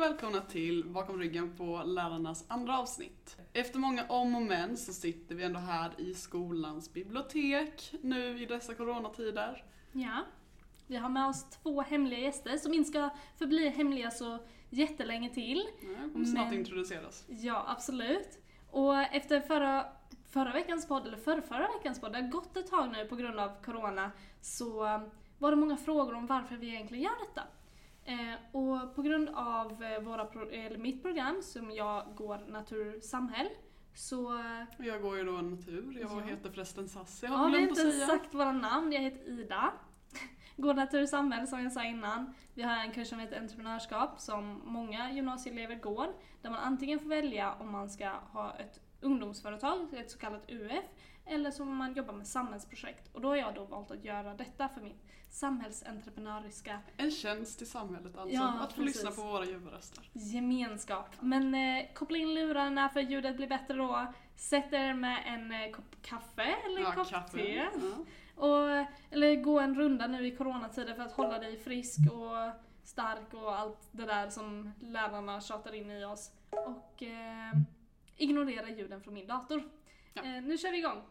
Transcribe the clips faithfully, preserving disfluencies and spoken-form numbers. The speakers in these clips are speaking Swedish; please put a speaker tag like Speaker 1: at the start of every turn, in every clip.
Speaker 1: välkomna till Bakom ryggen på lärarnas andra avsnitt. Efter många om och men så sitter vi ändå här i skolans bibliotek nu i dessa coronatider.
Speaker 2: Ja, vi har med oss två hemliga gäster som inte ska förbli hemliga så jättelänge till.
Speaker 1: Ja, kommer snart men, introduceras.
Speaker 2: Ja, absolut. Och efter förra, förra veckans podd, eller förra, förra veckans podd, det har gått ett tag nu på grund av corona, så var det många frågor om varför vi egentligen gör detta. Eh, och på grund av våra pro- eller mitt program som jag går natur samhäll så...
Speaker 1: Jag går ju då natur, jag ja. heter förresten Sassi, jag
Speaker 2: har
Speaker 1: ja,
Speaker 2: glömt
Speaker 1: att säga.
Speaker 2: Ja, vi har inte sagt våra namn, jag heter Ida. Går natur samhäll som jag sa innan. Vi har en kurs som heter entreprenörskap som många gymnasieelever går. Där man antingen får välja om man ska ha ett ungdomsföretag, ett så kallat U F, eller så man jobbar med samhällsprojekt. Och då har jag då valt att göra detta för min samhällsentreprenöriska...
Speaker 1: En tjänst i samhället alltså,
Speaker 2: ja,
Speaker 1: att få
Speaker 2: precis.
Speaker 1: lyssna på våra djuvröster.
Speaker 2: Gemenskap. Men eh, koppla in lurarna för ljudet blir bättre då. Sätt er med en eh, kopp kaffe eller en
Speaker 1: ja,
Speaker 2: kopp
Speaker 1: kaffe.
Speaker 2: te.
Speaker 1: Ja.
Speaker 2: Och, eller gå en runda nu i coronatider för att hålla dig frisk och stark och allt det där som lärarna tjatar in i oss. Och eh, ignorera ljuden från min dator. Ja. Eh, nu kör vi igång.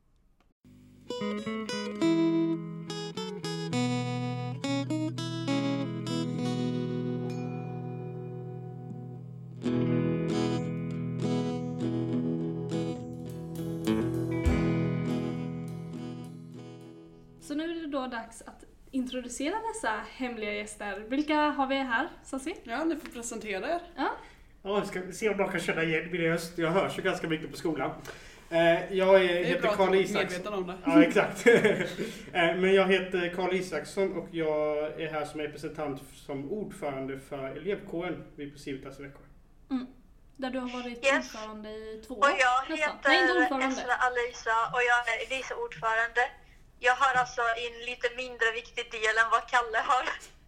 Speaker 2: Så nu är det då dags att introducera dessa hemliga gäster. Vilka har vi här, Sassi?
Speaker 1: Ja, ni får presentera er.
Speaker 2: Ja,
Speaker 3: ja jag ska se om jag kan känna igen min röst. Jag hörs ju ganska mycket på skolan. Jag är, heter Karl Isaksson.
Speaker 1: Om det.
Speaker 3: Ja, exakt. Men jag heter Karl Isaksson och jag är här som representant som ordförande för elevkåren vid Civitas veckor.
Speaker 2: Mm. Där du har varit
Speaker 4: yes.
Speaker 2: ordförande i två år.
Speaker 4: Och jag
Speaker 2: nästan.
Speaker 4: heter
Speaker 2: Nej,
Speaker 4: Esra Alisa och jag är vice ordförande. Jag har alltså en lite mindre viktig del än vad Kalle har.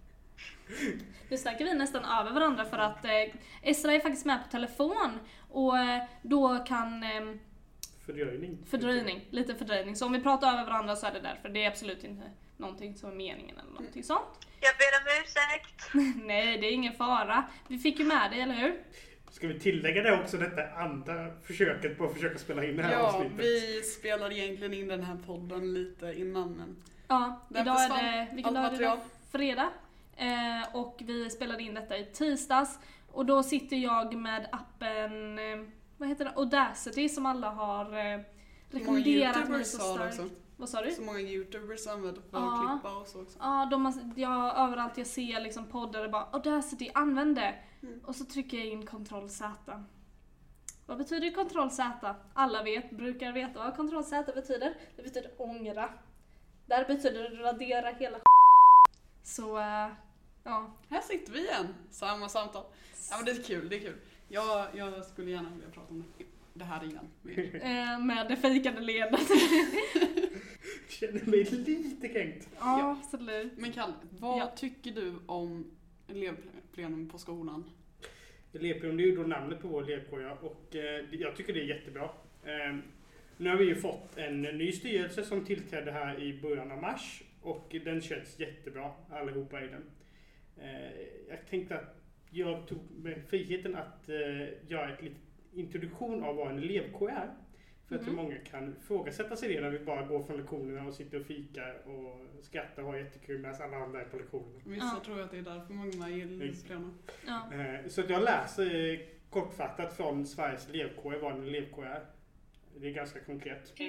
Speaker 2: Nu snackar vi nästan över varandra för att eh, Esra är faktiskt med på telefon och eh, då kan... Eh,
Speaker 3: Fördröjning.
Speaker 2: Fördröjning, lite fördröjning. Så om vi pratar över varandra så är det därför. Det är absolut inte någonting som är meningen eller någonting sånt.
Speaker 4: Jag ber om ursäkt.
Speaker 2: Nej, det är ingen fara. Vi fick ju med dig, eller hur?
Speaker 3: Ska vi tillägga det också, detta andra försöket på att försöka spela in det här
Speaker 1: ja,
Speaker 3: avsnittet?
Speaker 1: Ja, vi spelar egentligen in den här podden lite innan. Men
Speaker 2: ja, idag är det, vilken dag är det? Fredag. Eh, och vi spelade in detta i tisdags. Och då sitter jag med appen... Eh, vad heter det? Audacity som alla har eh, rekommenderat mig så starkt. Vad sa du?
Speaker 1: Så många YouTubers använder för
Speaker 2: ja.
Speaker 1: att klippa och så också.
Speaker 2: Ja, de har, jag, överallt jag ser liksom poddar det bara Audacity, använd det. Mm. Och så trycker jag in kontroll Z. Vad betyder kontroll Z? Alla vet, brukar veta vad kontroll Z betyder. Det betyder ångra. Där betyder det radera hela Så, äh, ja.
Speaker 1: Här sitter vi igen. Samma samtal. Ja, men det är kul, det är kul. Jag, jag skulle gärna vilja prata om det här innan.
Speaker 2: eh, med det fejkade ledet.
Speaker 3: Jag känner mig lite kränkt.
Speaker 2: Ja, ja, absolut.
Speaker 1: Men Kalle, vad ja. tycker du om elevplenum på skolan?
Speaker 3: Elevplenum, det är ju då namnet på vår elevkår och eh, jag tycker det är jättebra. Eh, nu har vi ju fått en ny styrelse som tillträdde här i början av mars och den känns jättebra, allihopa i den. Eh, jag tänkte att jag tog med friheten att eh, göra ett litet introduktion av vad en elevkår är. För mm. att hur många kan frågasätta sig det när vi bara går från lektionerna och sitter och fikar och skrattar och har jättekul medan alla andra är på lektionerna.
Speaker 1: Vissa ja. tror att det är därför många är elevplenum.
Speaker 2: Ja.
Speaker 3: Eh, så att jag läser eh, kortfattat från Sveriges elevkår vad en elevkår är. Det är ganska konkret. Mm.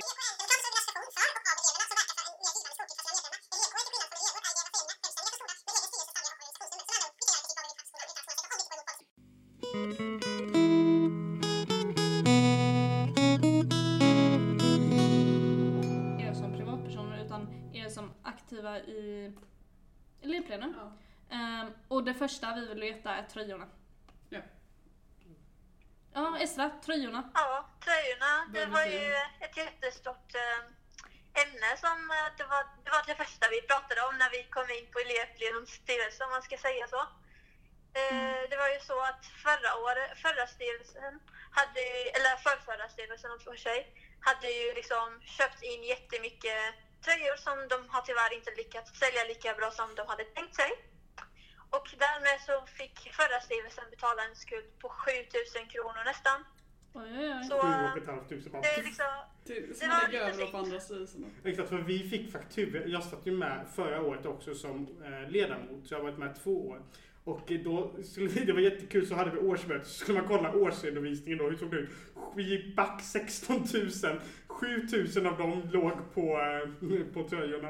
Speaker 2: Er som privatpersoner utan er som aktiva i elevplenum. Ja. Um, och det första vi vill veta är tröjorna.
Speaker 1: Ja.
Speaker 2: Ja, Esra, tröjorna.
Speaker 4: Ja, tröjorna. Det var ju ett jättestort äh, ämne som äh, det, var, det var det första vi pratade om när vi kom in på elevplenums styrelse, om man ska säga så. Mm. Det var ju så att förra året, förra styrelsen hade, eller förrförra styrelsen om för sig, hade ju liksom köpt in jättemycket tröjor som de har tyvärr inte lyckats sälja lika bra som de hade tänkt sig. Och därmed så fick förra styrelsen betala en skuld på sjutusen kronor nästan.
Speaker 2: Oj, oj, oj.
Speaker 4: Så
Speaker 3: sju och ett halvt tusen bara.
Speaker 4: det är liksom...
Speaker 1: Till,
Speaker 4: Det
Speaker 1: som
Speaker 4: var
Speaker 1: man lägger
Speaker 4: lite
Speaker 1: över på
Speaker 4: fint.
Speaker 1: andra styrelserna.
Speaker 3: Exakt, för vi fick fakturor. Jag satt ju med förra året också som eh, ledamot, så jag har varit med två år. Och eh, då skulle vi, det var jättekul, så hade vi årsmöte, så skulle man kolla årsredovisningen då, hur såg det ut? Vi gick back sexton tusen, sju tusen av dem låg på, eh, på tröjorna.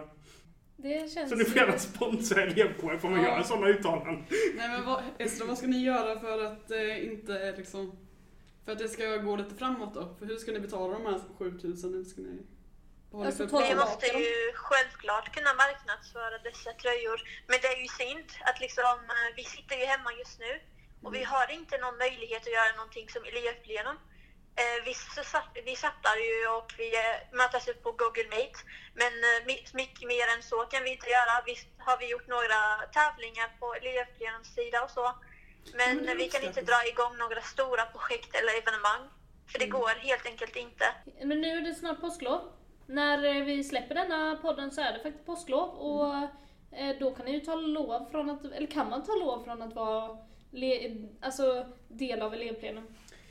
Speaker 2: Det känns...
Speaker 3: Så nu får jag sponsra elevkåren, får man
Speaker 1: Ja.
Speaker 3: göra sådana uttalanden.
Speaker 1: Nej men vad, Esther, vad ska ni göra för att eh, inte liksom... För att det ska gå lite framåt då? För hur ska ni betala de här sjutusen? Hur ska ni... Vad har ni
Speaker 2: Alltså,
Speaker 1: för
Speaker 2: ta
Speaker 4: Vi
Speaker 1: plan?
Speaker 2: tillbaka
Speaker 4: måste ju självklart kunna marknadsföra dessa tröjor. Men det är ju synd att liksom, eh, vi sitter ju hemma just nu och vi har inte någon möjlighet att göra någonting som elevplenum. Eh, vi, så, satt- vi sattar ju och vi eh, mötas upp på Google Meet. Men eh, my- mycket mer än så kan vi inte göra. Visst har vi gjort några tävlingar på elevplenums sida och så. Men,
Speaker 1: Men det
Speaker 4: eh, vi kan inte
Speaker 1: uppskattas.
Speaker 4: dra igång några stora projekt eller evenemang. För det
Speaker 1: Mm.
Speaker 4: går helt enkelt inte.
Speaker 2: Men nu är det snart påsklov. När eh, vi släpper denna podden så är det faktiskt påsklov. Och eh, då kan ni ju ta lov från att, eller kan man ta lov från att vara le, alltså, del av elevplenum?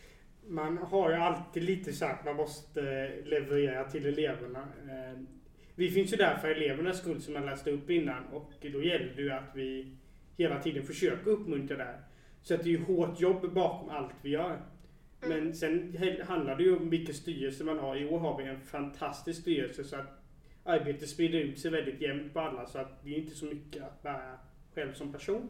Speaker 3: Man har ju alltid lite så att man måste leverera till eleverna. Eh, Vi finns ju där för elevernas skull, som jag läste upp innan, och då gäller det ju att vi hela tiden försöker uppmuntra det. Så att det är ju hårt jobb bakom allt vi gör. Men sen handlar det ju om vilken styrelse man har. I år har vi en fantastisk styrelse, så att arbetet sprider ut sig väldigt jämnt på alla, så att det är inte så mycket att bära själv som person.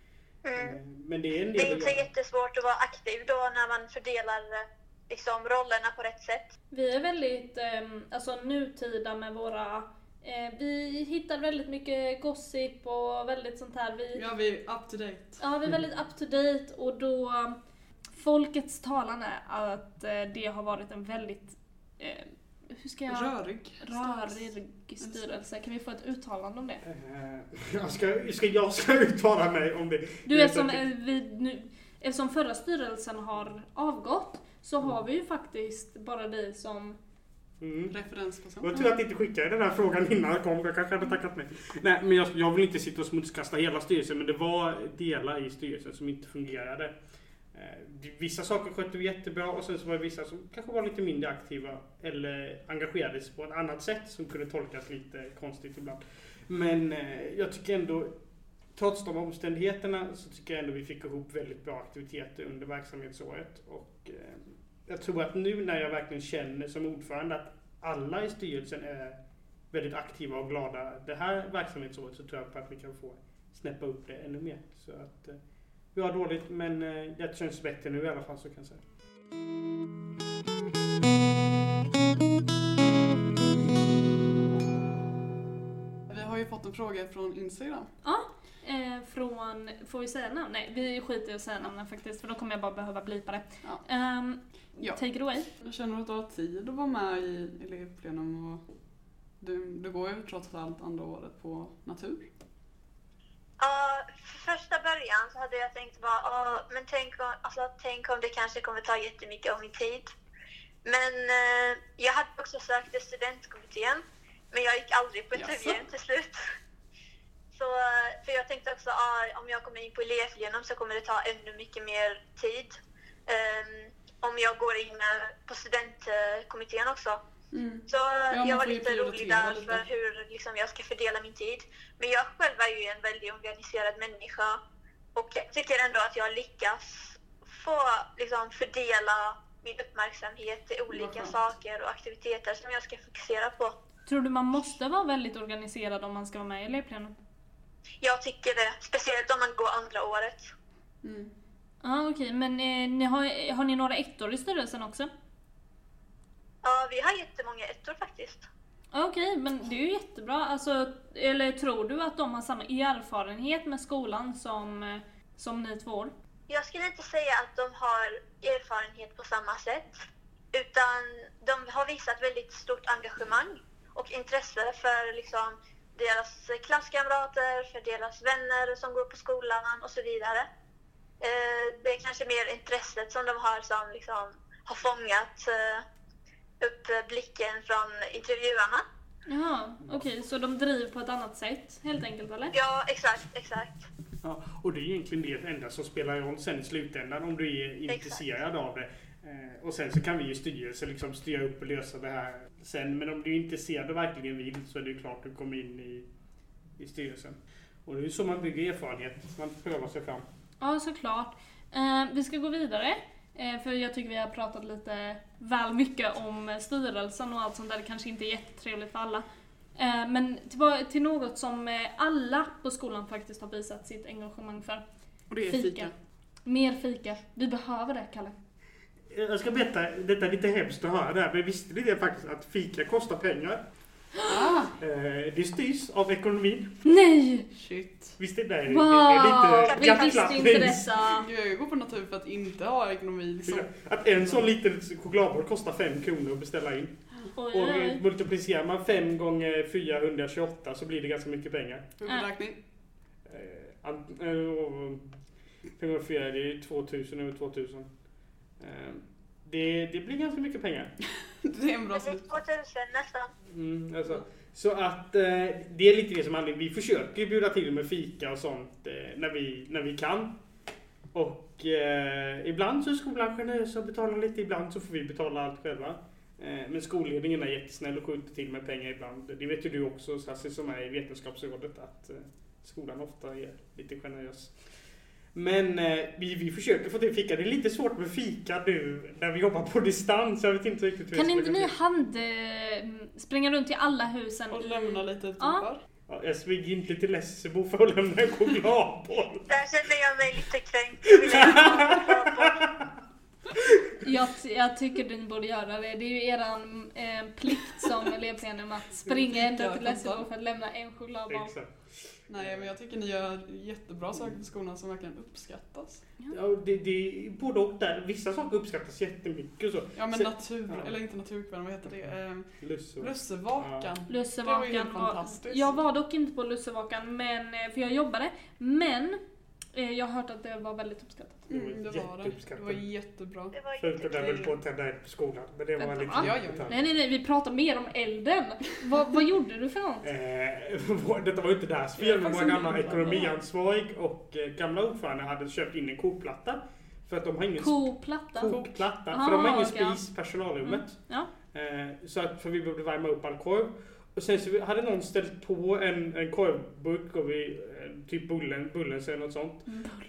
Speaker 4: Mm.
Speaker 3: Eh, Men det är en
Speaker 4: Det
Speaker 3: del
Speaker 4: är
Speaker 3: att
Speaker 4: inte
Speaker 3: göra.
Speaker 4: jättesvårt att vara aktiv då när man fördelar eh, liksom, rollerna på rätt sätt.
Speaker 2: Vi är väldigt eh, alltså, nutida med våra... Eh, vi hittar väldigt mycket gossip och väldigt sånt här. Vi,
Speaker 1: Ja, vi är up to date.
Speaker 2: ja, vi är väldigt up to date och då... Folkets talan är att eh, det har varit en väldigt... Eh, hur ska jag...
Speaker 1: Rörig.
Speaker 2: Rörig styrelse. Kan vi få ett uttalande om det?
Speaker 3: Eh, Jag ska, ska, jag ska uttala mig om det.
Speaker 2: Du, eftersom, eh, vi, nu, eftersom förra styrelsen har avgått så har vi ju faktiskt bara dig som...
Speaker 3: Mm.
Speaker 1: Referensperson.
Speaker 3: Det var tur att inte skickade den här frågan innan jag kom. Jag kanske hade tackat mig. Nej, men jag, jag vill inte sitta och smutskasta hela styrelsen, men det var delar i styrelsen som inte fungerade. Eh, Vissa saker skötte vi jättebra, och sen så var det vissa som kanske var lite mindre aktiva eller engagerades på ett annat sätt som kunde tolkas lite konstigt ibland. Men eh, jag tycker ändå, trots de omständigheterna, så tycker jag ändå vi fick ihop väldigt bra aktiviteter under verksamhetsåret. Och eh, jag tror att nu när jag verkligen känner som ordförande att alla i styrelsen är väldigt aktiva och glada det här verksamhetsåret, så tror jag på att vi kan få snäppa upp det ännu mer. Så att eh, vi har dåligt, men eh, det känns bättre nu i alla fall, så kan jag säga.
Speaker 1: Vi har ju fått en fråga från Instagram.
Speaker 2: Ja, eh, från... Får vi säga namn? Nej, vi skiter i att säga namnen faktiskt, för då kommer jag bara behöva blipa det.
Speaker 1: Ja.
Speaker 2: Ehm,
Speaker 1: Ja.
Speaker 2: Take it away.
Speaker 1: Jag känner att du har tid att vara med i elevplenum, och du, du går ju trots allt andra året på natur.
Speaker 4: Ja, för första början så hade jag tänkt bara, "Åh, men tänk om, alltså, tänk om det kanske kommer ta jättemycket av min tid." Men eh, jag hade också sökt till studentkommittén, men jag gick aldrig på intervjun
Speaker 1: Jaså?
Speaker 4: till slut. Så, eh, för jag tänkte också, ah, om jag kommer in på elevplenum så kommer det ta ännu mycket mer tid. Ehm, om jag går in eh, på studentkommittén också.
Speaker 1: Mm.
Speaker 4: Så
Speaker 1: Ja, man
Speaker 4: jag var
Speaker 1: får ju
Speaker 4: lite rolig
Speaker 1: prioritera
Speaker 4: där
Speaker 1: lite.
Speaker 4: för hur liksom, jag ska fördela min tid. Men jag själv är ju en väldigt organiserad människa. Och jag tycker ändå att jag lyckas få liksom, fördela min uppmärksamhet till olika
Speaker 1: skönt.
Speaker 4: saker och aktiviteter som jag ska fokusera på.
Speaker 2: Tror du man måste vara väldigt organiserad om man ska vara med i elevplenum?
Speaker 4: Jag tycker det, speciellt om man går andra året.
Speaker 1: Mm.
Speaker 2: Ja, ah, okej. Okay. Men eh, ni har, har ni några ettor i styrelsen också?
Speaker 4: Ja, vi har jättemånga ettor faktiskt.
Speaker 2: Ah, okej, okay, men det är ju jättebra. Alltså, eller tror du att de har samma erfarenhet med skolan som, eh, som ni två?
Speaker 4: Jag skulle inte säga att de har erfarenhet på samma sätt, utan de har visat väldigt stort engagemang och intresse för liksom, deras klasskamrater, för deras vänner som går på skolan och så vidare. Eh, det är kanske mer intresset som de har som liksom, har fångat eh, upp blicken från intervjuarna.
Speaker 2: Jaha, okej. Okay, så de driver på ett annat sätt helt enkelt, eller?
Speaker 4: Ja, exakt, exakt.
Speaker 3: Ja, och det är egentligen det enda som spelar roll sen i slutändan om du är intresserad av det. Eh, och sen så kan vi ju styrelsen liksom styra upp och lösa det här sen. Men om du är intresserad och verkligen vill så är det ju klart att du kommer in i, i styrelsen. Och det är ju så man bygger erfarenhet. Man prövar sig fram.
Speaker 2: Ja, såklart. Eh, vi ska gå vidare. Eh, för jag tycker vi har pratat lite väl mycket om styrelsen och allt sånt där. Det kanske inte är jättetrevligt för alla. Eh, men till, till något som eh, alla på skolan faktiskt har visat sitt engagemang för.
Speaker 1: Och det är fika. fika.
Speaker 2: Mer fika. Vi behöver det, Kalle.
Speaker 3: Jag ska berätta, detta är lite hemskt att höra där, men visste ni det faktiskt att fika kostar pengar?
Speaker 1: Ah.
Speaker 3: Eh, det styrs av ekonomin.
Speaker 2: Nej!
Speaker 1: Shit.
Speaker 3: Visste ni det?
Speaker 2: Wow,
Speaker 3: det är lite
Speaker 2: vi visste inte detta.
Speaker 1: Jag går på natur för att inte ha ekonomi. Liksom.
Speaker 3: Att en sån liten chokladboll kostar fem kronor att beställa in.
Speaker 2: Oj,
Speaker 3: och
Speaker 2: oj.
Speaker 3: multiplicerar man fem gånger fyrahundratjugoåtta så blir det ganska mycket pengar.
Speaker 1: Huvudräkning?
Speaker 3: Eh, äh, fem gånger fyra, det är tvåtusen över tvåtusen. Eh, det, det blir ganska mycket pengar.
Speaker 1: Det är en bra
Speaker 4: Det
Speaker 1: slut.
Speaker 4: är tvåtusen nästan.
Speaker 3: Mm, alltså. Så att eh, det är lite det som anledning. Vi försöker bjuda till med fika och sånt eh, när, vi, när vi kan. Och eh, ibland så är skolan generös och betalar lite, ibland så får vi betala allt själva. Eh, men skolledningen är jättesnäll och skjuter till med pengar ibland. Det vet ju du också, Sassi, som är i vetenskapsrådet, att eh, skolan ofta är lite generös. Men eh, vi, vi försöker få till fika. Det är lite svårt med fika nu när vi jobbar på distans. Jag vet inte riktigt hur
Speaker 2: Kan
Speaker 3: jag
Speaker 2: inte
Speaker 3: ska
Speaker 2: ni
Speaker 3: till.
Speaker 2: hand eh, springa runt i alla husen?
Speaker 1: Och
Speaker 2: i...
Speaker 1: lämna lite
Speaker 2: Ja.
Speaker 1: tuppar.
Speaker 3: Ja, jag svänger inte till Lessebo för att lämna en chokladboll.
Speaker 4: Där känner jag mig lite kränkt. Jag vill gärna ha en chokladboll.
Speaker 2: Jag, jag tycker ni borde göra det. Det är ju eran eh, plikt som elevplenum att springa ända till Lessebo för att lämna en chokladboll.
Speaker 3: Exakt.
Speaker 1: Nej, men jag tycker ni gör jättebra saker för skolan som verkligen uppskattas.
Speaker 3: Ja, det, det är både och där. Vissa saker uppskattas jättemycket. Så.
Speaker 1: Ja, men
Speaker 3: Så-
Speaker 1: natur,
Speaker 3: ja.
Speaker 1: eller inte naturkvällen, vad heter det? Eh,
Speaker 3: Lusse.
Speaker 1: Lussevakan.
Speaker 3: Ja.
Speaker 1: Det var
Speaker 2: Lussevakan
Speaker 1: helt
Speaker 2: var,
Speaker 1: fantastiskt.
Speaker 2: jag var dock inte på Lussevakan men, eh, för jag jobbade. Men eh, jag har hört att det var väldigt uppskattat.
Speaker 1: Mm, det var det. Det
Speaker 3: Jätteuppskattat.
Speaker 1: var jättebra.
Speaker 4: Det var
Speaker 3: Förutom
Speaker 4: jättekul.
Speaker 3: där väl på att tända eld på skolan. Men det var
Speaker 2: Vänta,
Speaker 3: lite
Speaker 2: va?
Speaker 1: Ja, ja.
Speaker 2: Nej, nej, nej, vi pratar mer om elden. vad, vad gjorde du för något?
Speaker 3: Eh, detta var ju inte deras
Speaker 1: Jag är
Speaker 3: fel, men vår
Speaker 1: faktiskt
Speaker 3: gamla
Speaker 1: inte inblandad.
Speaker 3: ekonomiansvarig och eh, gamla ordförande hade köpt in en koplatta. För att de har ingen
Speaker 2: Koplatta?
Speaker 3: kokplatta.
Speaker 2: Ah,
Speaker 3: För de har ingen
Speaker 2: okej.
Speaker 3: spis, personalrummet.
Speaker 2: Ja.
Speaker 3: Eh, så att, för vi behövde värma upp all korv. Och sen så hade någon ställt på en, en korvburk och vi, eh, typ bullen, bullens eller något sånt.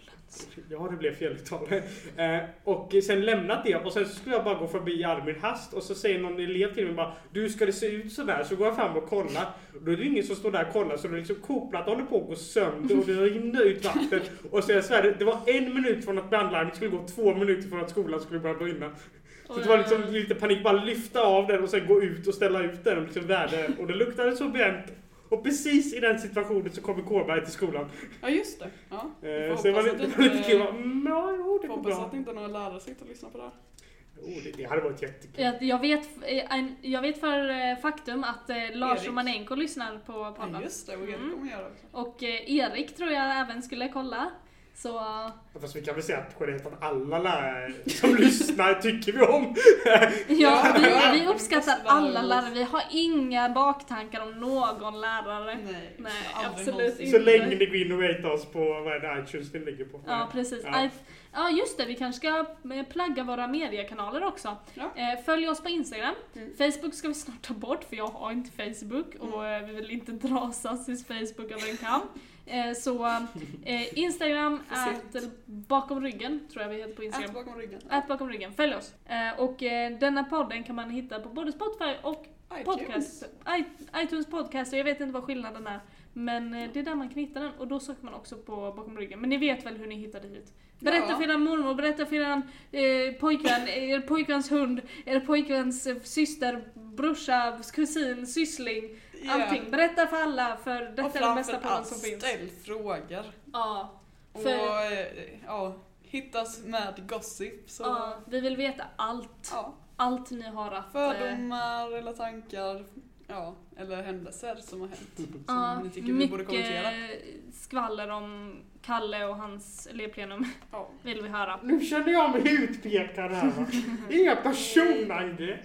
Speaker 3: Ja, det blev fjälltal. Eh, och sen lämnat det. Och sen så skulle jag bara gå förbi Armin Hast. Och så säger någon elev till mig bara: du, ska det se ut så där? Så går jag fram och kollar. Och då är det ingen som står där och kollar. Så det är liksom koplatta håller på att gå sönder. Och det rinner ut vatten. Och så jag svär, det, det var en minut från att brandlarmet skulle gå. Två minuter från att skolan skulle börja brinna. Så det var liksom lite panik. Bara lyfta av den och sen gå ut och ställa ut den. Och, liksom värde. Och det luktade så bränt. Och precis i den situationen så kommer Kårberg till skolan.
Speaker 1: Ja, just det. Ja.
Speaker 3: Eh,
Speaker 1: får
Speaker 3: så det var
Speaker 1: hoppas
Speaker 3: lite,
Speaker 1: att
Speaker 3: det var lite
Speaker 1: inte-
Speaker 3: kul. Jag bara, Mm, ja, jo, det
Speaker 1: Får
Speaker 3: går
Speaker 1: hoppas
Speaker 3: bra.
Speaker 1: att inte några lärare sitter och lyssnar på det här.
Speaker 3: Oh, det, det hade varit jättekul.
Speaker 2: Jag, jag, vet, eh, en- jag vet för eh, faktum att eh, Lars
Speaker 1: Erik.
Speaker 2: Romanenko lyssnar på
Speaker 1: Ja,
Speaker 2: podden.
Speaker 1: just det. Och Erik
Speaker 2: Mm.
Speaker 1: kommer göra det.
Speaker 2: Och eh, Erik tror jag även skulle kolla. Så
Speaker 3: Ja, fast vi kan väl säga att generellt att alla lärare som lyssnar tycker vi om.
Speaker 2: ja,
Speaker 1: Ja,
Speaker 2: vi, vi
Speaker 1: ja.
Speaker 2: uppskattar alla lärare. Vi har inga baktankar om någon lärare.
Speaker 1: Nej,
Speaker 2: Nej,
Speaker 1: aldrig
Speaker 2: absolut
Speaker 1: någonsin.
Speaker 2: inte.
Speaker 3: Så länge ni går in och ratear oss på vad är det iTunes den ligger på.
Speaker 2: Ja, precis.
Speaker 3: Ja.
Speaker 2: Ja. ja, just det. Vi kanske ska eh, plugga våra mediekanaler också.
Speaker 1: Ja.
Speaker 2: Eh, följ oss på Instagram.
Speaker 1: Mm.
Speaker 2: Facebook ska vi snart ta bort, för jag har inte Facebook. Och eh, vi vill inte dra Sassis Facebook över en kam. Eh, så eh, Instagram
Speaker 1: För
Speaker 2: är bakom ryggen, tror jag vi heter på Instagram.
Speaker 1: Ät bakom ryggen.
Speaker 2: Ät bakom ryggen, följ oss. Eh, och eh, denna podden kan man hitta på både Spotify och podcast, I, iTunes podcast. Och jag vet inte vad skillnaden är. Men eh, det är där man kan hitta den. Och då söker man också på bakom ryggen. Men ni vet väl hur ni hittade hit. Berätta
Speaker 1: Ja.
Speaker 2: för eran mormor, berätta för eran eh, pojkvän, er pojkväns hund, er pojkväns eh, syster, brorsa, kusin, syssling. Allting. Berätta för alla, för detta
Speaker 1: Och
Speaker 2: är den bästa
Speaker 1: framför
Speaker 2: podden
Speaker 1: allt,
Speaker 2: som finns.
Speaker 1: ställ frågor.
Speaker 2: Ja.
Speaker 1: Och
Speaker 2: För,
Speaker 1: eh, ja, hittas med gossip. Så,
Speaker 2: ja, vi vill veta allt.
Speaker 1: ja.
Speaker 2: Allt ni har att... eh,
Speaker 1: Fördomar eller tankar. Ja, eller händelser som har hänt. Som
Speaker 2: Ja,
Speaker 1: ni tycker vi borde kommentera.
Speaker 2: mycket skvaller om Kalle och hans elevplenum
Speaker 1: Ja.
Speaker 2: vill vi höra.
Speaker 3: Nu känner jag mig utpekad här, va? Inga personangrepp.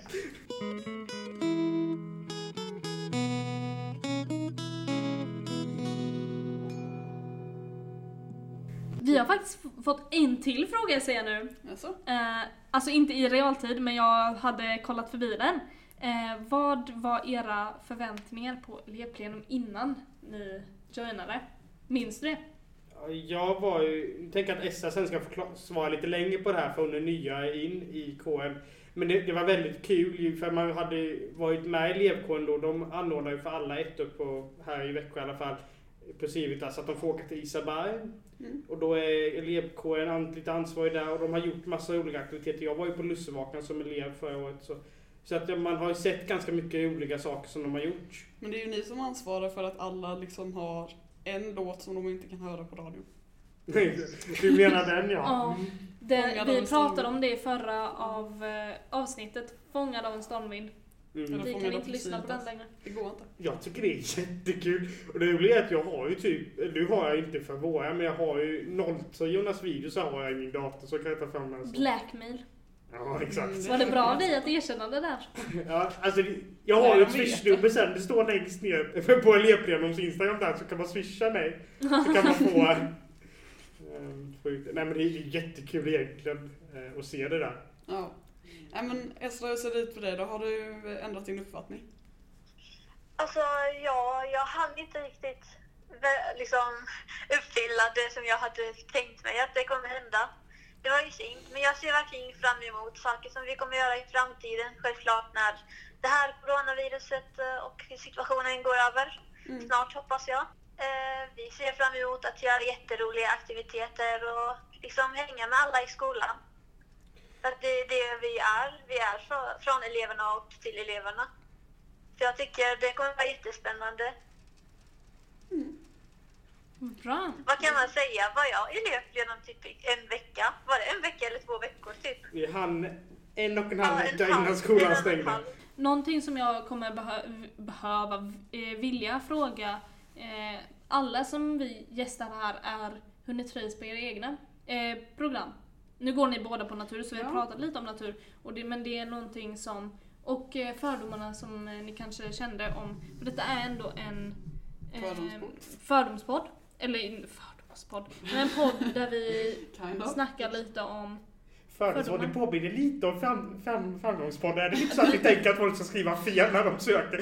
Speaker 2: faktiskt fått en till fråga ser jag nu.
Speaker 1: Alltså?
Speaker 2: Eh, alltså inte i realtid, men jag hade kollat förbi den. Eh, vad var era förväntningar på elevplenum innan ni joinade? Minns du det?
Speaker 3: Jag var ju, tänk att Essa sen ska förklara, svara lite längre på det här för hon är nya in i K M. Men det, det var väldigt kul för man hade varit med i elevkåren då. De anordnar ju för alla ett upp på, här i Växjö i alla fall, på Civitas att de får åka till Isaberg. Mm. Och då är elevkåren lite ansvarig där och de har gjort massa olika aktiviteter. Jag var ju på Lussevakan som elev förra året. Så, så att man har ju sett ganska mycket olika saker som de har gjort.
Speaker 1: Men det är ju ni som ansvarar för att alla liksom har en låt som de inte kan höra på radio.
Speaker 3: Du menar den, ja.
Speaker 2: Ja. Det, vi pratade om det i förra av, eh, avsnittet, Fångad av en stormvind. Mm. Vi kan inte lyssna på den längre.
Speaker 1: Det går inte.
Speaker 3: Jag tycker det är jättekul. Och det roliga är att jag har ju typ, nu har jag inte för våra, men jag har ju noll till Jonas video så har jag i min dator så kan jag ta fram den.
Speaker 2: Blackmail.
Speaker 3: Ja, exakt.
Speaker 2: Mm, var det bra av dig att erkänna det där?
Speaker 3: Ja, alltså jag har ju ett swishnummer sen, det står längst ner på elevplenums Instagram där så kan man swisha mig. Så kan man få... Nej men det är jättekul egentligen att se det där.
Speaker 1: Ja. Nej men Esra, hur ser det ut för dig då? Har du ändrat din uppfattning?
Speaker 4: Alltså ja, jag hann inte riktigt liksom uppfylla det som jag hade tänkt mig att det kommer hända. Det var ju synd, men jag ser verkligen fram emot saker som vi kommer göra i framtiden. Självklart när det här coronaviruset och situationen går över. Mm. Snart hoppas jag. Vi ser fram emot att göra jätteroliga aktiviteter och liksom hänga med alla i skolan. För att det är det vi är. Vi är från eleverna och till eleverna. Så jag tycker det kommer vara jättespännande.
Speaker 2: Mm. Bra.
Speaker 4: Vad kan man säga? Var jag elev genom typ en vecka? Var det en vecka eller två veckor typ?
Speaker 3: Vi hann en och en halv vecka ja, innan skolan stängde.
Speaker 2: Någonting som jag kommer behö- behöva eh, vilja fråga eh, alla som vi gästar här är hur ni trivs på era egna eh, program. Nu går ni båda på natur så vi har ja. pratat lite om natur. Och det, men det är någonting som, och eh, fördomarna som eh, ni kanske kände om, för detta är ändå en eh,
Speaker 1: fördomspodd.
Speaker 2: fördomspodd. Eller fördomspodd. Men en podd där vi
Speaker 1: kind of.
Speaker 2: snackar lite om
Speaker 3: Fördomspodd, det påminner lite om fram, fram, framgångspodden. Det är inte så att vi tänker att folk ska skriva fel när de söker.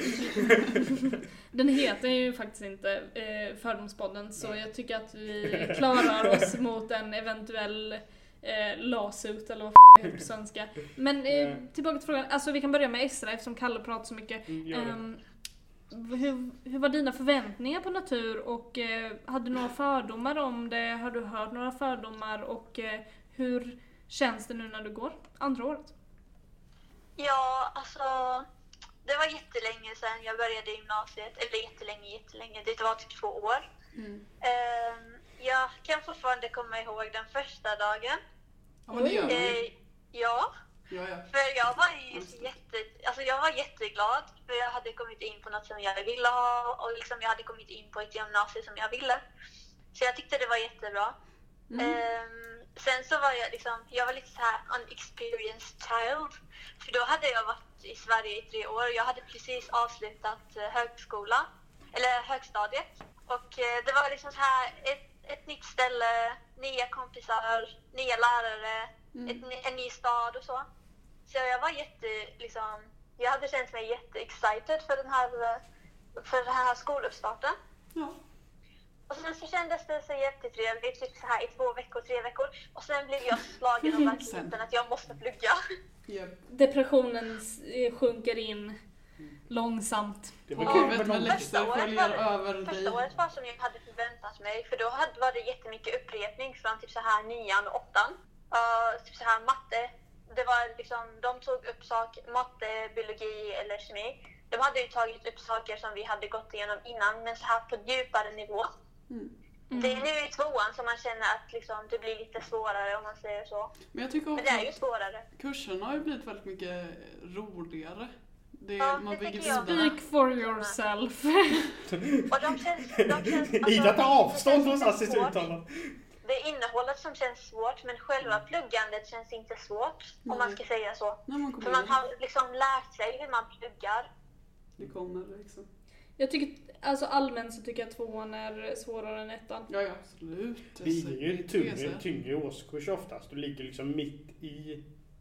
Speaker 2: Den heter ju faktiskt inte eh, Fördomspodden, så jag tycker att vi klarar oss mot en eventuell eh, lawsuit eller vad f*** det heter på svenska. Men eh, tillbaka till frågan, alltså vi kan börja med Esra eftersom Kalle pratar så mycket. Mm, hur, hur var dina förväntningar på natur och eh, hade du några fördomar om det? Har du hört några fördomar och eh, hur känns det nu när du går andra året?
Speaker 4: Ja, alltså det var jättelänge sedan jag började gymnasiet. Eller jättelänge, jättelänge. Det var typ två år. Mm. Uh, jag kan fortfarande komma ihåg den första dagen.
Speaker 1: Ja, men det gör man ju.
Speaker 4: Uh, ja.
Speaker 1: Ja, ja.
Speaker 4: För jag var ju jätte, alltså jag var jätteglad. För jag hade kommit in på något som jag ville ha. Och liksom jag hade kommit in på ett gymnasium som jag ville. Så jag tyckte det var jättebra. Mm. Um, Sen så var jag liksom, jag var lite så här unexperienced child. För då hade jag varit i Sverige i tre år. Jag hade precis avslutat högskola, eller högstadiet. Och det var liksom så här ett, ett nytt ställe, nya kompisar, nya lärare, mm. ett, en ny stad och så. Så jag var jätte, liksom, jag hade känt mig jätteexcited för den här, för den här skoluppstarten. Ja. Och sen så kändes det så jättetrevligt, typ så här i två veckor, tre veckor. Och sen blev jag slagen av verkligheten att jag måste plugga.
Speaker 1: Yep.
Speaker 2: Depressionen sjunker in långsamt.
Speaker 1: Det var kul med läxor
Speaker 4: följer över dig. Första året var som jag hade förväntat mig. För då hade, var det jättemycket upprepning från typ så här nian och åttan. Uh, typ så här matte. Det var liksom, de tog upp saker, matte, biologi eller kemi. De hade ju tagit upp saker som vi hade gått igenom innan, men så här på djupare nivå. Mm. Mm. Det är nu i tvåan som man känner att liksom, det blir lite svårare om man säger så.
Speaker 1: Men, jag tycker också
Speaker 4: men det är ju svårare.
Speaker 1: Kurserna har ju blivit väldigt mycket roligare. Det,
Speaker 4: ja,
Speaker 1: man
Speaker 4: det
Speaker 2: Speak for yourself.
Speaker 4: Och de känns, de känns, alltså,
Speaker 3: Ida tar avstånd från Sassis uttalande.
Speaker 4: Det är innehållet som känns svårt, men själva pluggandet känns inte svårt. Nej. Om man ska säga så.
Speaker 1: Nej, man
Speaker 4: för man har liksom lärt sig hur man pluggar.
Speaker 1: Det kommer liksom.
Speaker 2: Jag tycker, alltså allmänt så tycker jag att tvåan är svårare än ettan.
Speaker 1: Ja, ja absolut.
Speaker 3: Det är ju en tyngre, tyngre årskurs oftast. Du ligger liksom mitt i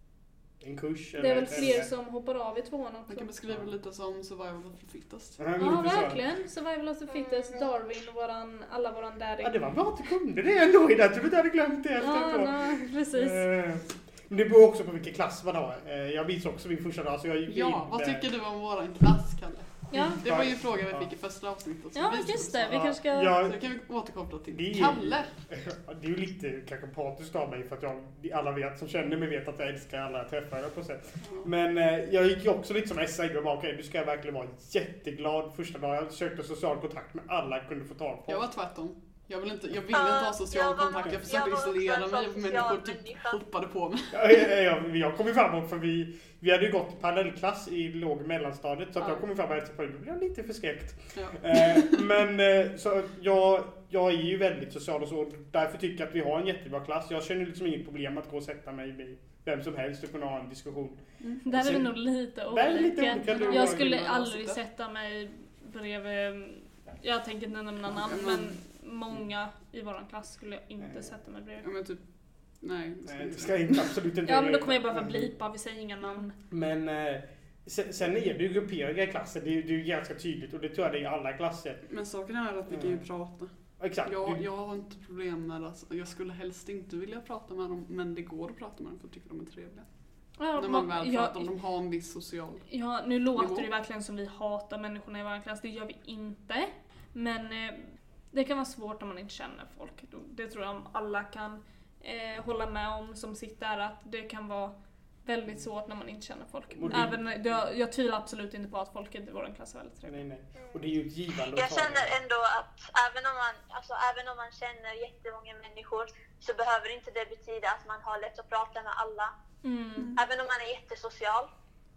Speaker 3: en kurs.
Speaker 2: Det är väl fler som hoppar av i tvåan också.
Speaker 1: Man kan beskriva det lite som survival of the fittest.
Speaker 3: Ja,
Speaker 2: ja verkligen. Survival of the fittest, Darwin, våran, alla våran daddy.
Speaker 3: Ja, det var bra att du kunde det ändå. Jag tror du hade glömt det.
Speaker 2: Ja, nej, precis.
Speaker 3: Eh, men det beror också på vilken klass man har. Eh, jag minns också min första dag. Så jag gick
Speaker 1: ja,
Speaker 3: in,
Speaker 1: vad
Speaker 3: eh,
Speaker 1: tycker du om våran klass, Kalle?
Speaker 2: Ja.
Speaker 1: Det var ju en fråga vi fick i första avsnittet.
Speaker 2: Ja, just det. Vi
Speaker 3: Ja.
Speaker 2: kanske ska...
Speaker 3: Ja.
Speaker 1: Så det kan vi återkoppla till.
Speaker 3: Det är,
Speaker 1: Kalle!
Speaker 3: det är ju lite kanske patiskt av mig för att jag, alla vet som känner mig vet att jag älskar alla jag träffar på sätt.
Speaker 1: Ja.
Speaker 3: Men eh, jag gick ju också lite som S A och bara okej, okay, nu ska jag verkligen vara jätteglad första dagen. Jag sökte social kontakt med alla jag kunde få tag på.
Speaker 1: Jag var tvärtom. Jag vill inte, jag ville
Speaker 4: Ja,
Speaker 1: inte ha social
Speaker 4: jag var-
Speaker 1: kontakt. Jag
Speaker 4: jag
Speaker 1: försökte
Speaker 4: var också
Speaker 1: isolera
Speaker 4: en
Speaker 1: mig
Speaker 4: sån
Speaker 1: och
Speaker 4: social
Speaker 1: människor typ
Speaker 4: människa.
Speaker 1: hoppade på mig.
Speaker 3: Ja, ja, ja, jag kom ju framåt för vi, vi hade ju gått parallellklass i låg- och mellanstadiet så att
Speaker 1: Ja.
Speaker 3: jag kom ju fram och hälsade på dig. Då blev jag lite förskräckt.
Speaker 1: Ja.
Speaker 3: Eh, men eh, så jag, jag är ju väldigt social och så. Därför tycker jag att vi har en jättebra klass. Jag känner liksom inget problem att gå och sätta mig med vem som helst och kunna ha en diskussion.
Speaker 2: Mm. Där är vi
Speaker 3: Sen-
Speaker 2: nog lite
Speaker 3: Där är lite
Speaker 2: olika.
Speaker 3: olika, du och
Speaker 2: Jag skulle
Speaker 1: jag.
Speaker 2: aldrig sätta mig bredvid, jag tänker inte nämna namn,
Speaker 1: Ja,
Speaker 2: men
Speaker 1: men-
Speaker 2: många i våran klass skulle jag inte
Speaker 3: Nej.
Speaker 2: sätta mig bredvid.
Speaker 1: Ja men typ, nej. det ska
Speaker 3: Nej,
Speaker 1: inte
Speaker 3: det ska inte, absolut inte.
Speaker 2: Ja, men då kommer jag bara få blipa, vi säger inga namn.
Speaker 3: Men eh, sen, sen är det ju grupperingar i klassen. Det är, det är ju ganska tydligt och det tror jag det är i alla klasser.
Speaker 1: Men saken är att vi kan ju prata.
Speaker 3: Exakt.
Speaker 1: Jag,
Speaker 3: Du-
Speaker 1: jag har inte problem med att, jag skulle helst inte vilja prata med dem, men det går att prata med dem för att tycka de är trevliga.
Speaker 2: Ja,
Speaker 1: När man väl
Speaker 2: ja,
Speaker 1: pratar om, de har en viss social.
Speaker 2: Ja, nu låter
Speaker 1: nivå.
Speaker 2: det verkligen som vi hatar människorna i vår klass, det gör vi inte. Men eh, det kan vara svårt om man inte känner folk. Det tror jag alla kan eh, hålla med om som sitter där, att det kan vara väldigt svårt när man inte känner folk.
Speaker 3: Och det-
Speaker 2: Även, jag, jag tvivlar absolut inte på att folk i vår klass är väldigt trevliga.
Speaker 3: Nej, nej. Och det är ju ett givande och
Speaker 4: Jag
Speaker 3: tagande.
Speaker 4: känner ändå att även om, man, alltså, även om man känner jättemånga människor så behöver inte det betyda att man har lätt att prata med alla.
Speaker 2: Mm.
Speaker 4: Även om man är jättesocial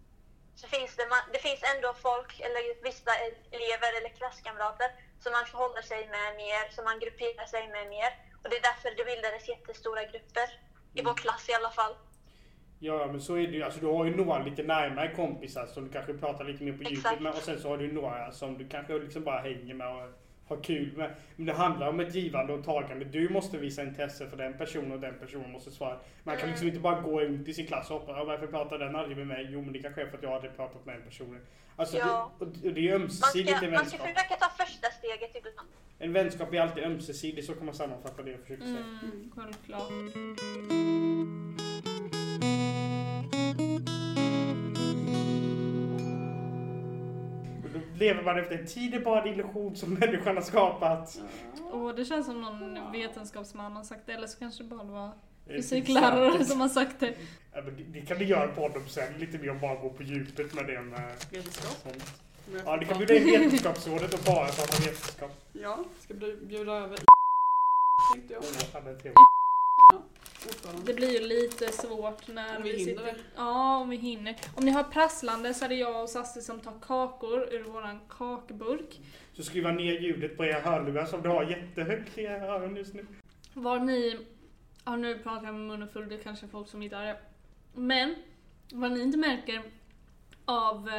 Speaker 4: så finns det, man, det finns ändå folk eller vissa elever eller klasskamrater som man förhåller sig med mer, som man grupperar sig med mer. Och det är därför det bildades jättestora grupper. I vår klass i alla fall.
Speaker 3: Ja, men så är det ju. Alltså, du har ju några lite närmare kompisar som du kanske pratar lite mer på djupet
Speaker 4: Exakt.
Speaker 3: med. Och sen så har du några som du kanske liksom bara hänger med och har kul med. Men det handlar om ett givande och tagande. Du måste visa intresse för den personen och den personen måste svara. Man kan liksom inte bara gå ut i sin klass och hoppa. Ja, varför pratar den aldrig med mig? Jo, men det kanske är för att jag hade pratat med en person. Alltså,
Speaker 4: Ja.
Speaker 3: det, och det är ju
Speaker 4: Man
Speaker 3: ömsesidigt
Speaker 4: ska,
Speaker 3: en
Speaker 4: man ska
Speaker 3: vänskap.
Speaker 4: försöka ta första steget ibland.
Speaker 3: En vänskap är alltid ömsesidig, så kan man sammanfatta det jag försöker säga.
Speaker 2: Mm, självklart.
Speaker 3: Och då lever man efter en tid, det är bara en illusion som människan har skapat.
Speaker 2: Och det känns som någon vetenskapsman har sagt det, eller så kanske det bara var
Speaker 3: Det är
Speaker 2: fysiklärare
Speaker 3: sant.
Speaker 2: som har sagt det.
Speaker 3: Ja, men det, det kan du göra på dem sen, lite mer om bara gå på djupet med det med
Speaker 1: Vetenskap.
Speaker 3: sånt.
Speaker 1: Men jag
Speaker 3: Ja, det kan
Speaker 1: får
Speaker 3: bjuda in Vetenskapsrådet och bara prata vetenskap.
Speaker 1: ta- Ja, ska bjuda bjuda över tänkte jag.
Speaker 3: Åh, han är trevlig.
Speaker 1: Ordförande.
Speaker 2: Det blir ju lite svårt när
Speaker 1: Om vi
Speaker 2: vi
Speaker 1: hinner
Speaker 2: sitter...
Speaker 1: det.
Speaker 2: Ja, om vi hinner. Om ni har prasslande så är det jag och Sassi som tar kakor ur våran kakburk.
Speaker 3: Så skruva ner ljudet på era hörlurar som du har jättehögt i era öron just nu.
Speaker 2: Var ni... Ja, nu pratar jag med munnen full, det är kanske folk som inte har det. Men, vad ni inte märker av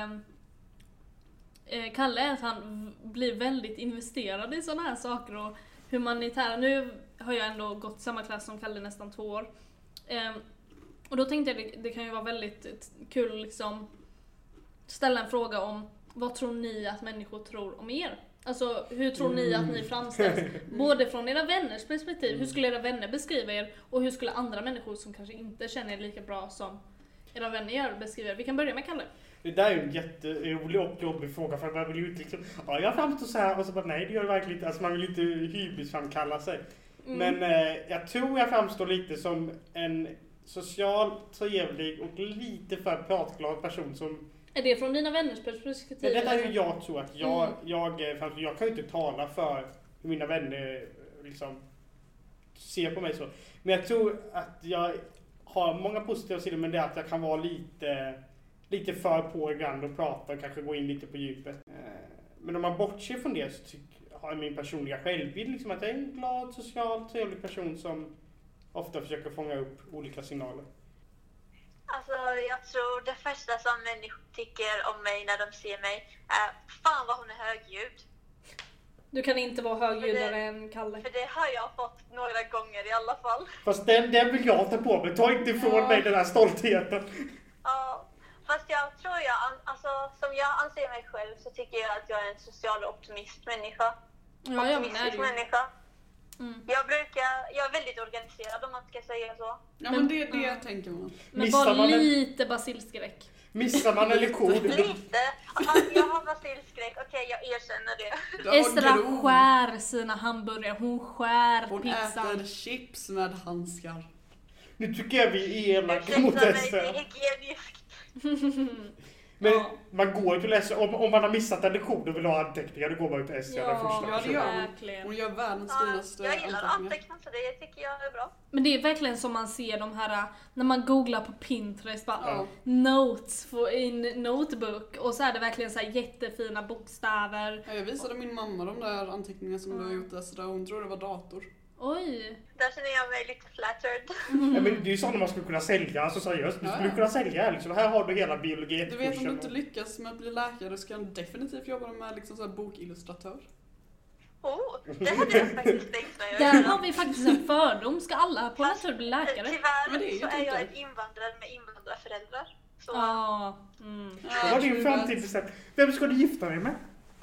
Speaker 2: eh, Kalle är att han v- blir väldigt investerad i sådana här saker och humanitära. Nu har jag ändå gått samma klass som Kalle nästan två år. Eh, och då tänkte jag det, det kan ju vara väldigt t- kul att liksom ställa en fråga om vad tror ni att människor tror om er? Alltså hur tror ni att ni framställs? Både från era vänners perspektiv, hur skulle era vänner beskriva er? Och hur skulle andra människor som kanske inte känner er lika bra som era vänner gör beskriva er? Vi kan börja med Kalle.
Speaker 3: Det där är ju en jätterolig och jobbig fråga för man vill ju inte liksom, ja jag framstår så här och så bara nej det gör det verkligen inte. Alltså man vill inte hybrisframkalla sig.
Speaker 2: Mm.
Speaker 3: Men eh, jag tror jag framstår lite som en socialt trevlig och lite för pratglad person som...
Speaker 2: Är det från dina vänners perspektiv?
Speaker 3: Men det är
Speaker 2: eller?
Speaker 3: ju jag tror att jag,
Speaker 2: Mm.
Speaker 3: jag, jag, jag kan ju inte tala för hur mina vänner liksom ser på mig så. Men jag tror att jag har många positiva sidor, men det är att jag kan vara lite, lite för på ibland och prata och kanske gå in lite på djupet. Eh, Men om man bortser från det så tycker, har jag min personliga självbild liksom att jag är en glad, social, trevlig person som ofta försöker fånga upp olika signaler.
Speaker 4: Alltså jag tror det första som människor tycker om mig när de ser mig är fan vad hon är högljudd.
Speaker 2: Du kan inte vara högljuddare
Speaker 4: det,
Speaker 2: än Kalle.
Speaker 4: För det har jag fått några gånger i alla fall.
Speaker 3: Fast den, den vill jag ta på mig. Ta inte ifrån
Speaker 2: Ja.
Speaker 3: mig den här stoltheten.
Speaker 4: Ja, fast jag tror jag, alltså som jag anser mig själv så tycker jag att jag är en social optimist människa.
Speaker 2: Ja, jag menar
Speaker 4: Optimistisk
Speaker 2: det.
Speaker 4: människa.
Speaker 2: Mm.
Speaker 4: Jag brukar, jag är väldigt organiserad om man ska säga så.
Speaker 1: Ja men det, det tänker man.
Speaker 2: Men
Speaker 3: Missar
Speaker 2: bara
Speaker 3: man en-
Speaker 2: lite basilskräck.
Speaker 3: Missar man en lektion.
Speaker 4: Lite. Aha, jag har basilskräck, okej jag erkänner det.
Speaker 1: Ja,
Speaker 2: Estra
Speaker 1: grov.
Speaker 2: skär sina hamburgare, hon skär
Speaker 1: Hon
Speaker 2: pizzan.
Speaker 1: äter chips med handskar.
Speaker 3: Nu tycker jag vi är elaka mot
Speaker 4: Ursäkta mig, det är
Speaker 3: Ester.
Speaker 4: hygieniskt.
Speaker 3: Men
Speaker 2: Ja.
Speaker 3: man går ju till Ester. Om, om man har missat en lektion och vill ha anteckningar, då går man ju till Ester den
Speaker 2: Ja,
Speaker 3: första.
Speaker 1: Ja, det gör hon.
Speaker 2: verkligen.
Speaker 1: Hon gör världens
Speaker 4: Ja,
Speaker 1: finaste
Speaker 4: jag gillar
Speaker 1: anteckningar.
Speaker 4: anteckna så det tycker jag är bra.
Speaker 2: Men det är verkligen som man ser de här, när man googlar på Pinterest, bara,
Speaker 1: Ja.
Speaker 2: notes for in notebook, och så är det verkligen så här jättefina bokstäver.
Speaker 1: Ja, jag visade min mamma de där anteckningarna som du har gjort där, så där hon tror det var dator.
Speaker 2: Oj.
Speaker 4: Där känner jag mig lite flattered.
Speaker 3: Ja, men det är ju sådana man skulle kunna sälja, alltså seriöst. Du
Speaker 1: Ja,
Speaker 3: skulle
Speaker 1: ja.
Speaker 3: kunna sälja liksom. Här har du hela biologi
Speaker 1: Du vet om du inte
Speaker 3: och-
Speaker 1: lyckas med att bli läkare, så kan du definitivt jobba med liksom så här bokillustratör.
Speaker 4: Oh, det hade jag faktiskt tänkt mig att
Speaker 2: Där
Speaker 4: göra.
Speaker 2: har vi faktiskt en fördom, ska alla på
Speaker 4: Fast,
Speaker 2: natur bli läkare?
Speaker 4: Tyvärr
Speaker 1: Men det är ju
Speaker 4: så är
Speaker 1: typ
Speaker 4: jag
Speaker 1: det.
Speaker 4: en invandrare med invandrarföräldrar. Så
Speaker 2: Ja. Mm.
Speaker 3: Vad var din framtid bestämt? Vem ska du gifta dig med?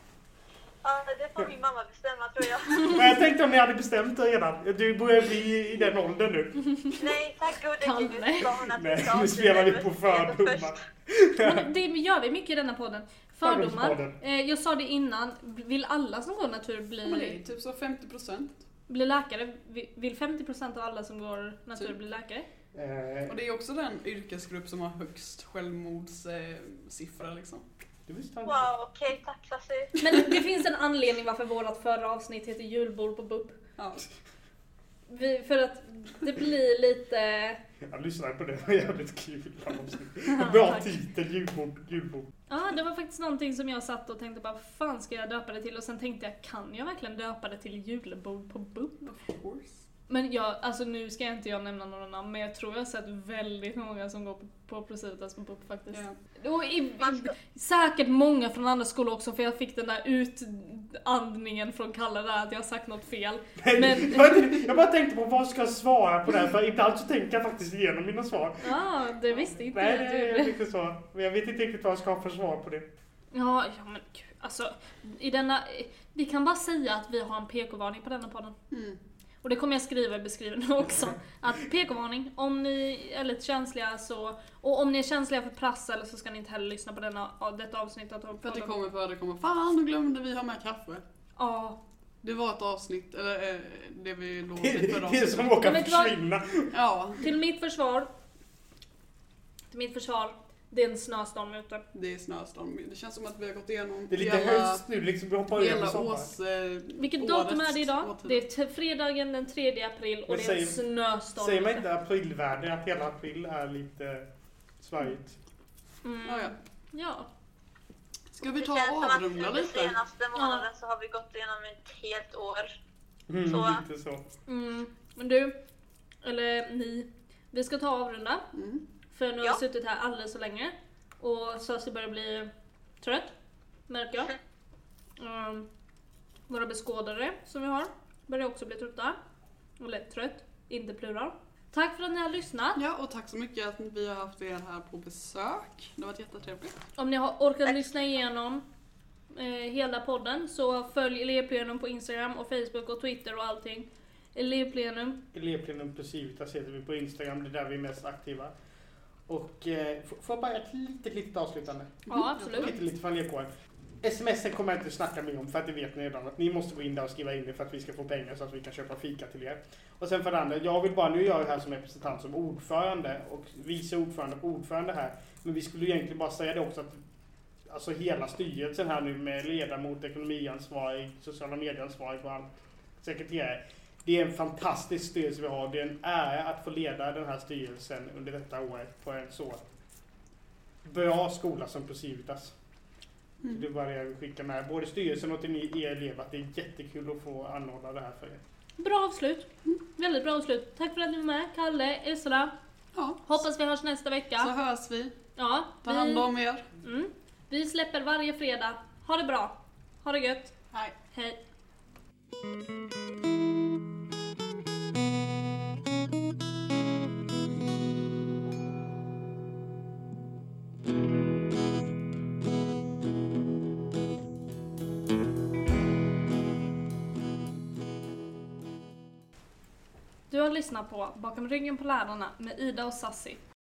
Speaker 4: ja, det får min mamma bestämma tror jag.
Speaker 3: Men jag tänkte om ni hade bestämt det redan. Du börjar bli i den åldern nu.
Speaker 4: Nej, tack gode
Speaker 2: Kalle.
Speaker 4: gud. sa hon att vi
Speaker 3: Nej,
Speaker 4: ska
Speaker 3: nu spelar vi på
Speaker 4: avsluta
Speaker 3: fördomar.
Speaker 4: först.
Speaker 2: Men det gör vi mycket i denna podden. Fördomar.
Speaker 3: Fördomspodden.
Speaker 2: Eh, jag sa det innan, vill alla som går natur
Speaker 1: Men det
Speaker 2: bli,
Speaker 1: är typ så femtio procent.
Speaker 2: bli läkare? Vi- Vill femtio procent av alla som går natur
Speaker 1: Typ.
Speaker 2: bli läkare?
Speaker 3: Eh,
Speaker 1: Och det är också den yrkesgrupp som har högst självmordssiffra liksom.
Speaker 3: det visste jag inte.
Speaker 4: Wow, okej, tack Lassie.
Speaker 2: Men det finns en anledning varför vårt förra avsnitt heter julbord på B U P.
Speaker 1: Ja.
Speaker 2: Vi, för att det blir lite...
Speaker 3: Jag lyssnade på det, det var jävligt kul.
Speaker 2: Ja,
Speaker 3: Bra
Speaker 2: tack.
Speaker 3: titel, julbord. julbord.
Speaker 2: Ja, det var faktiskt någonting som jag satt och tänkte bara, vad fan ska jag döpa det till? Och sen tänkte jag, kan jag verkligen döpa det till julbord på B U P?
Speaker 1: Of course.
Speaker 2: Men jag, alltså nu ska jag inte jag nämna några namn, men jag tror jag har sett väldigt många som går på, på Procivitas på B U P faktiskt.
Speaker 1: Ja.
Speaker 2: Och i,
Speaker 4: Man ska-
Speaker 2: i, säkert många från andra skolor också, för jag fick den där utandningen från Kalle där att jag har sagt något fel. Men-
Speaker 3: jag, jag bara tänkte på vad ska jag svara på det här, för ibland så tänker jag faktiskt igenom mina svar.
Speaker 2: Ja, det visste inte
Speaker 3: Nej,
Speaker 2: jag
Speaker 3: det
Speaker 2: att du
Speaker 3: är
Speaker 2: gjorde.
Speaker 3: riktigt så. Men jag vet inte riktigt vad jag ska ha för svar på det.
Speaker 2: Ja, ja men gud, alltså i denna, vi kan bara säga att vi har en P K-varning på denna podden.
Speaker 1: Mm.
Speaker 2: Och det kommer jag skriva i beskrivningen också. Att P K-varning, om ni är lite känsliga så, och om ni är känsliga för prassel så ska ni inte heller lyssna på denna, detta avsnitt av
Speaker 1: För att det kommer för det kommer, fan nu glömde vi ha med kaffe.
Speaker 2: Ja.
Speaker 1: Det var ett avsnitt, eller eh, det vi lovade
Speaker 3: Det,
Speaker 1: i förra
Speaker 3: det är
Speaker 1: avsnittet.
Speaker 3: som råkar
Speaker 2: Men vet du vad?
Speaker 3: försvinna.
Speaker 1: Ja,
Speaker 2: Till mitt försvar, till mitt försvar, det är en snöstorm ute.
Speaker 1: det är snöstorm. Det känns som att vi har gått igenom
Speaker 3: Det är lite
Speaker 1: hela,
Speaker 3: höst nu, liksom vi hoppar över
Speaker 1: hela
Speaker 3: sommaren.
Speaker 1: års... Eh,
Speaker 2: Vilket datum är
Speaker 1: årets
Speaker 2: det idag?
Speaker 1: årtid.
Speaker 2: Det är t- fredagen den tredje april och
Speaker 3: Men
Speaker 2: det är
Speaker 3: säger-
Speaker 2: en snöstorm
Speaker 3: Säger man
Speaker 2: ute.
Speaker 3: inte aprilväder, att hela april är lite svajigt?
Speaker 2: Mm.
Speaker 1: Ja, ja.
Speaker 2: Ja.
Speaker 1: Ska vi
Speaker 4: Det
Speaker 1: ta
Speaker 4: känns
Speaker 1: och
Speaker 4: som att
Speaker 1: avrunda
Speaker 4: under
Speaker 1: lite?
Speaker 4: senaste månaden så har vi gått igenom ett helt år.
Speaker 3: Mm,
Speaker 4: Så.
Speaker 3: lite så.
Speaker 2: Mm. Men du, eller ni, vi ska ta och avrunda.
Speaker 1: Mm.
Speaker 2: För nu har
Speaker 4: Ja.
Speaker 2: jag suttit här alldeles så länge. Och Sösi börjar bli trött, märker jag. Um, våra beskådare som vi har börjar också bli trötta. Eller trött, inte plural. Tack för att ni har lyssnat.
Speaker 1: Ja, och tack så mycket att vi har haft er här på besök. Det har varit jättetrevligt.
Speaker 2: Om ni har orkat lyssna igenom eh, hela podden så följ Elevplenum på Instagram och Facebook och Twitter och allting. Elevplenum.
Speaker 3: Elevplenum plus Civitas heter vi på Instagram, det är där vi är mest aktiva. Och eh, f- får jag bara ett litet, litet avslutande?
Speaker 2: Ja, absolut.
Speaker 3: Lite, lite från elevkåren. Smsen kommer jag inte snacka med om för att det vet ni redan att ni måste gå in där och skriva in det för att vi ska få pengar så att vi kan köpa fika till er. Och sen för det andra, jag vill bara, nu är jag här som representant som ordförande och vice ordförande och ordförande här. Men vi skulle egentligen bara säga det också att alltså hela styrelsen här nu med ledamot, ekonomiansvarig, sociala medieansvarig och all sekreterare. Det är en fantastisk styrelse vi har. Det är en ära att få leda den här styrelsen under detta året på en så bra skola som Procivitas.
Speaker 1: Mm.
Speaker 3: Det är bara det jag vill skicka med både styrelsen och till ni er elever att det är jättekul att få anordna det här för er.
Speaker 2: Bra avslut. Väldigt bra avslut. Tack för att ni var med. Kalle, Esra.
Speaker 1: Ja.
Speaker 2: Hoppas vi hörs nästa vecka.
Speaker 1: Så hörs vi.
Speaker 2: Ja,
Speaker 1: Ta
Speaker 2: vi,
Speaker 1: hand om er.
Speaker 2: mm, vi släpper varje fredag. Ha det bra. Ha det gött.
Speaker 1: Hej.
Speaker 2: Hej. Du har lyssnat på Bakom ryggen på lärarna med Ida och Sassi.